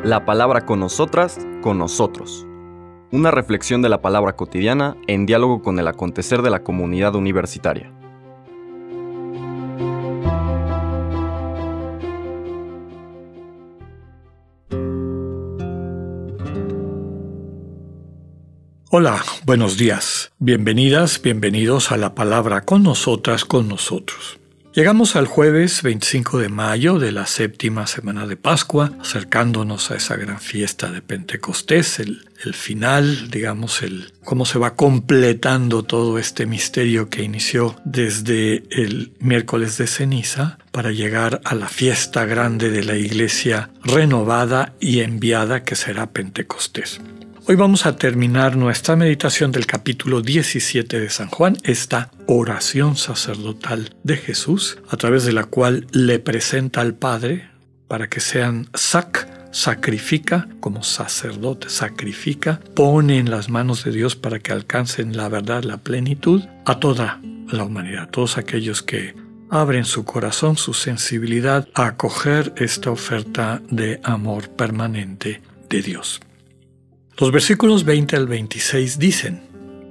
La palabra con nosotras, con nosotros. Una reflexión de la palabra cotidiana en diálogo con el acontecer de la comunidad universitaria. Hola, buenos días. Bienvenidas, bienvenidos a la palabra con nosotras, con nosotros. Llegamos al jueves 25 de mayo de la séptima semana de Pascua, acercándonos a esa gran fiesta de Pentecostés, el final, digamos, cómo se va completando todo este misterio que inició desde el miércoles de ceniza para llegar a la fiesta grande de la iglesia renovada y enviada que será Pentecostés. Hoy vamos a terminar nuestra meditación del capítulo 17 de San Juan, esta oración sacerdotal de Jesús, a través de la cual le presenta al Padre para que sean sacrifica, como sacerdote, sacrifica, pone en las manos de Dios para que alcancen la verdad, la plenitud, a toda la humanidad, a todos aquellos que abren su corazón, su sensibilidad a acoger esta oferta de amor permanente de Dios. Los versículos 20 al 26 dicen: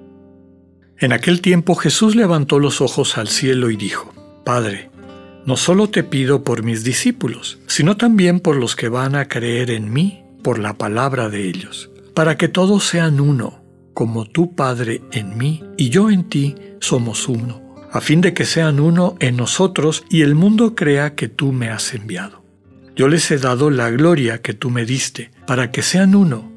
En aquel tiempo Jesús levantó los ojos al cielo y dijo: Padre, no solo te pido por mis discípulos, sino también por los que van a creer en mí por la palabra de ellos, para que todos sean uno, como tú, Padre, en mí y yo en ti somos uno, a fin de que sean uno en nosotros y el mundo crea que tú me has enviado. Yo les he dado la gloria que tú me diste, para que sean uno,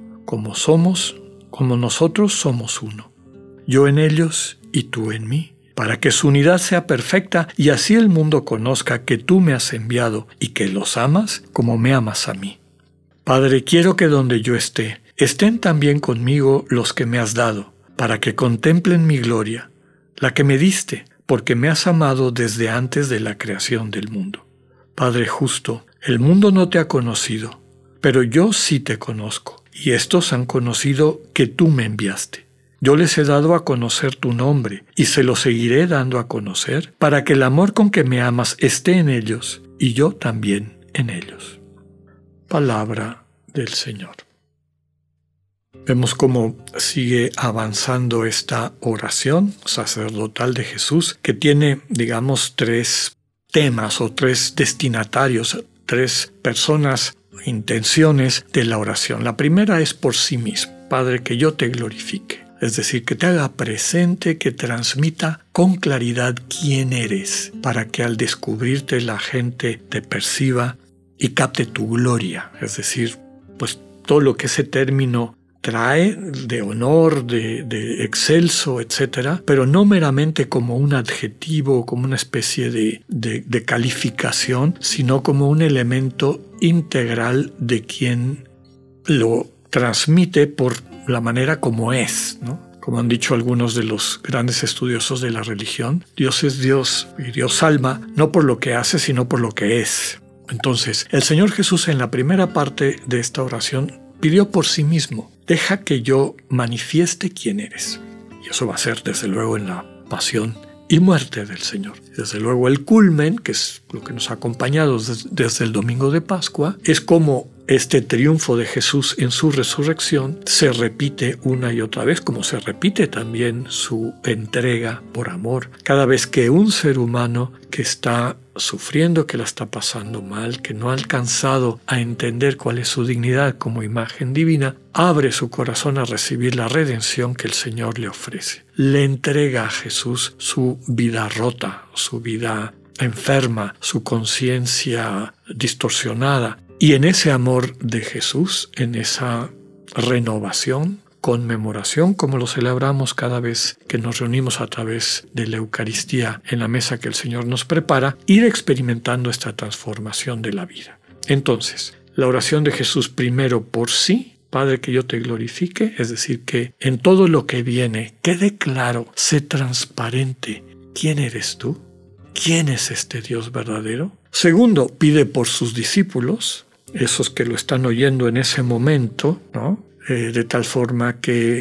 como nosotros somos uno, yo en ellos y tú en mí, para que su unidad sea perfecta y así el mundo conozca que tú me has enviado y que los amas como me amas a mí. Padre, quiero que donde yo esté, estén también conmigo los que me has dado, para que contemplen mi gloria, la que me diste, porque me has amado desde antes de la creación del mundo. Padre justo, el mundo no te ha conocido, pero yo sí te conozco. Y estos han conocido que tú me enviaste. Yo les he dado a conocer tu nombre, y se lo seguiré dando a conocer, para que el amor con que me amas esté en ellos, y yo también en ellos. Palabra del Señor. Vemos cómo sigue avanzando esta oración sacerdotal de Jesús, que tiene, digamos, tres temas o tres destinatarios, tres personas, intenciones de la oración. La primera es por sí mismo. Padre, que yo te glorifique. Es decir, que te haga presente, que transmita con claridad quién eres, para que al descubrirte la gente te perciba y capte tu gloria. Es decir, pues todo lo que ese término trae de honor, de excelso, etc., pero no meramente como un adjetivo, como una especie de calificación, sino como un elemento integral de quien lo transmite por la manera como es, ¿no? Como han dicho algunos de los grandes estudiosos de la religión, Dios es Dios y Dios salva no por lo que hace, sino por lo que es. Entonces, el Señor Jesús en la primera parte de esta oración pidió por sí mismo: deja que yo manifieste quién eres. Y eso va a ser, desde luego, en la pasión y muerte del Señor. Desde luego, el culmen, que es lo que nos ha acompañado desde el domingo de Pascua, es como este triunfo de Jesús en su resurrección se repite una y otra vez, como se repite también su entrega por amor. Cada vez que un ser humano que está sufriendo, que la está pasando mal, que no ha alcanzado a entender cuál es su dignidad como imagen divina, abre su corazón a recibir la redención que el Señor le ofrece. Le entrega a Jesús su vida rota, su vida enferma, su conciencia distorsionada. Y en ese amor de Jesús, en esa renovación, conmemoración, como lo celebramos cada vez que nos reunimos a través de la Eucaristía en la mesa que el Señor nos prepara, ir experimentando esta transformación de la vida. Entonces, la oración de Jesús primero por sí: Padre, que yo te glorifique, es decir, que en todo lo que viene quede claro, sé transparente, ¿quién eres tú? ¿Quién es este Dios verdadero? Segundo, pide por sus discípulos, esos que lo están oyendo en ese momento, ¿no? De tal forma que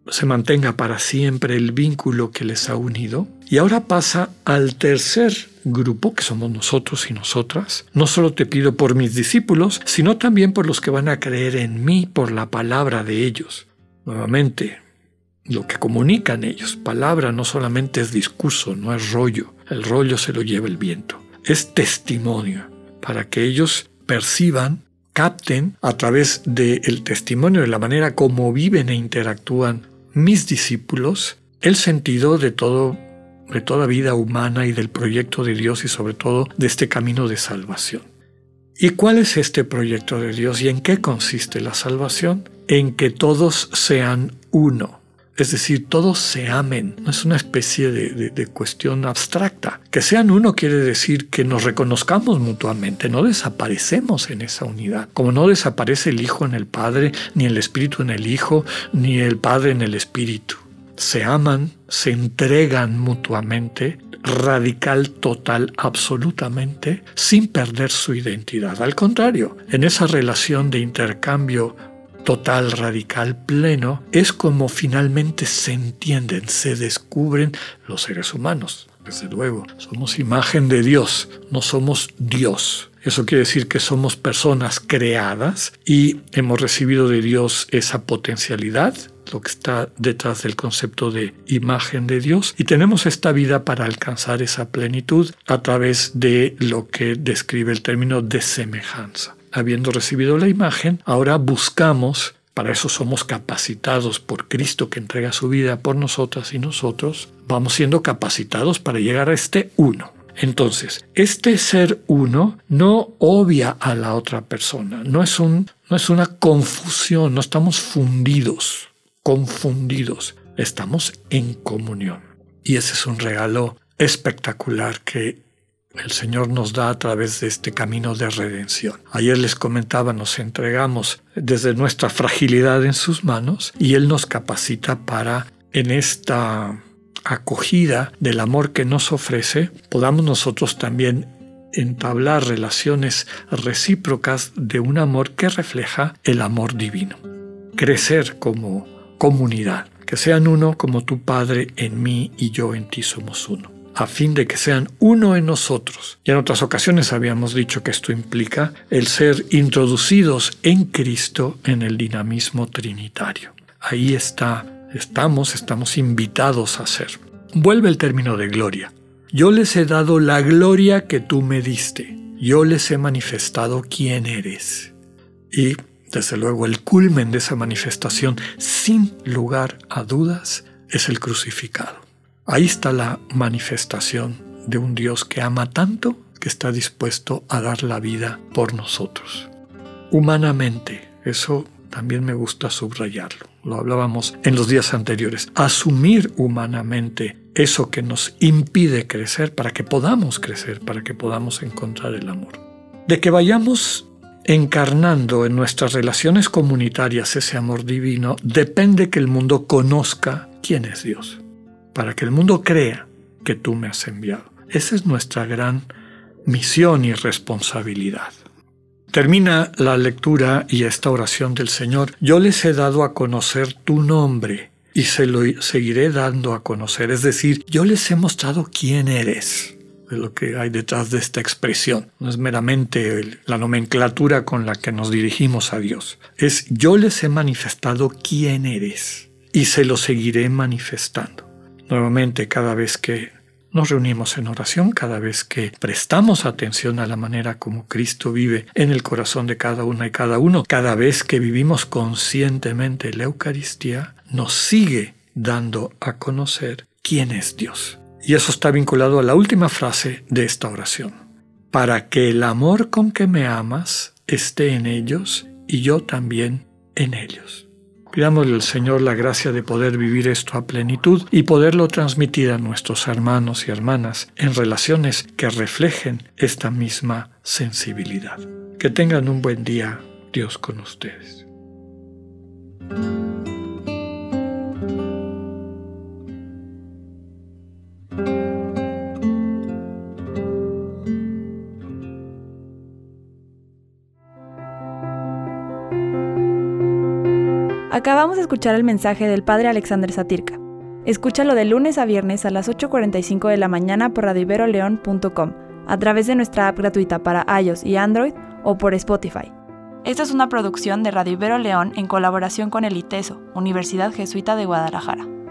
se mantenga para siempre el vínculo que les ha unido. Y ahora pasa al tercer grupo, que somos nosotros y nosotras. No solo te pido por mis discípulos, sino también por los que van a creer en mí por la palabra de ellos. Nuevamente, lo que comunican ellos. Palabra no solamente es discurso, no es rollo. El rollo se lo lleva el viento. Es testimonio para que ellos perciban, capten a través del testimonio, de la manera como viven e interactúan mis discípulos, el sentido de toda vida humana y del proyecto de Dios y sobre todo de este camino de salvación. ¿Y cuál es este proyecto de Dios y en qué consiste la salvación? En que todos sean uno. Es decir, todos se amen. No es una especie de cuestión abstracta. Que sean uno quiere decir que nos reconozcamos mutuamente, no desaparecemos en esa unidad. Como no desaparece el Hijo en el Padre, ni el Espíritu en el Hijo, ni el Padre en el Espíritu. Se aman, se entregan mutuamente, radical, total, absolutamente, sin perder su identidad. Al contrario, en esa relación de intercambio total, radical, pleno, es como finalmente se entienden, se descubren los seres humanos. Desde luego, somos imagen de Dios, no somos Dios. Eso quiere decir que somos personas creadas y hemos recibido de Dios esa potencialidad, lo que está detrás del concepto de imagen de Dios, y tenemos esta vida para alcanzar esa plenitud a través de lo que describe el término de semejanza. Habiendo recibido la imagen, ahora buscamos, para eso somos capacitados por Cristo que entrega su vida por nosotras y nosotros, vamos siendo capacitados para llegar a este uno. Entonces, este ser uno no obvia a la otra persona, no es una confusión, no estamos confundidos, estamos en comunión. Y ese es un regalo espectacular que el Señor nos da a través de este camino de redención. Ayer les comentaba, nos entregamos desde nuestra fragilidad en sus manos y Él nos capacita para, en esta acogida del amor que nos ofrece, podamos nosotros también entablar relaciones recíprocas de un amor que refleja el amor divino. Crecer como comunidad, que sean uno como tu Padre en mí y yo en ti somos uno, a fin de que sean uno en nosotros. Y en otras ocasiones habíamos dicho que esto implica el ser introducidos en Cristo en el dinamismo trinitario. Ahí estamos invitados a ser. Vuelve el término de gloria. Yo les he dado la gloria que tú me diste. Yo les he manifestado quién eres. Y, desde luego, el culmen de esa manifestación, sin lugar a dudas, es el crucificado. Ahí está la manifestación de un Dios que ama tanto que está dispuesto a dar la vida por nosotros. Humanamente, eso también me gusta subrayarlo. Lo hablábamos en los días anteriores. Asumir humanamente eso que nos impide crecer para que podamos crecer, para que podamos encontrar el amor. De que vayamos encarnando en nuestras relaciones comunitarias ese amor divino, depende que el mundo conozca quién es Dios, para que el mundo crea que tú me has enviado. Esa es nuestra gran misión y responsabilidad. Termina la lectura y esta oración del Señor. Yo les he dado a conocer tu nombre y se lo seguiré dando a conocer. Es decir, yo les he mostrado quién eres. De lo que hay detrás de esta expresión. No es meramente la nomenclatura con la que nos dirigimos a Dios. Es yo les he manifestado quién eres y se lo seguiré manifestando. Nuevamente, cada vez que nos reunimos en oración, cada vez que prestamos atención a la manera como Cristo vive en el corazón de cada una y cada uno, cada vez que vivimos conscientemente la Eucaristía, nos sigue dando a conocer quién es Dios. Y eso está vinculado a la última frase de esta oración. Para que el amor con que me amas esté en ellos y yo también en ellos. Pidámosle al Señor la gracia de poder vivir esto a plenitud y poderlo transmitir a nuestros hermanos y hermanas en relaciones que reflejen esta misma sensibilidad. Que tengan un buen día, Dios con ustedes. Acabamos de escuchar el mensaje del Padre Alexander Satirka. Escúchalo de lunes a viernes a las 8:45 de la mañana por radioiberoleon.com, a través de nuestra app gratuita para iOS y Android o por Spotify. Esta es una producción de Radio Ibero León en colaboración con el ITESO, Universidad Jesuita de Guadalajara.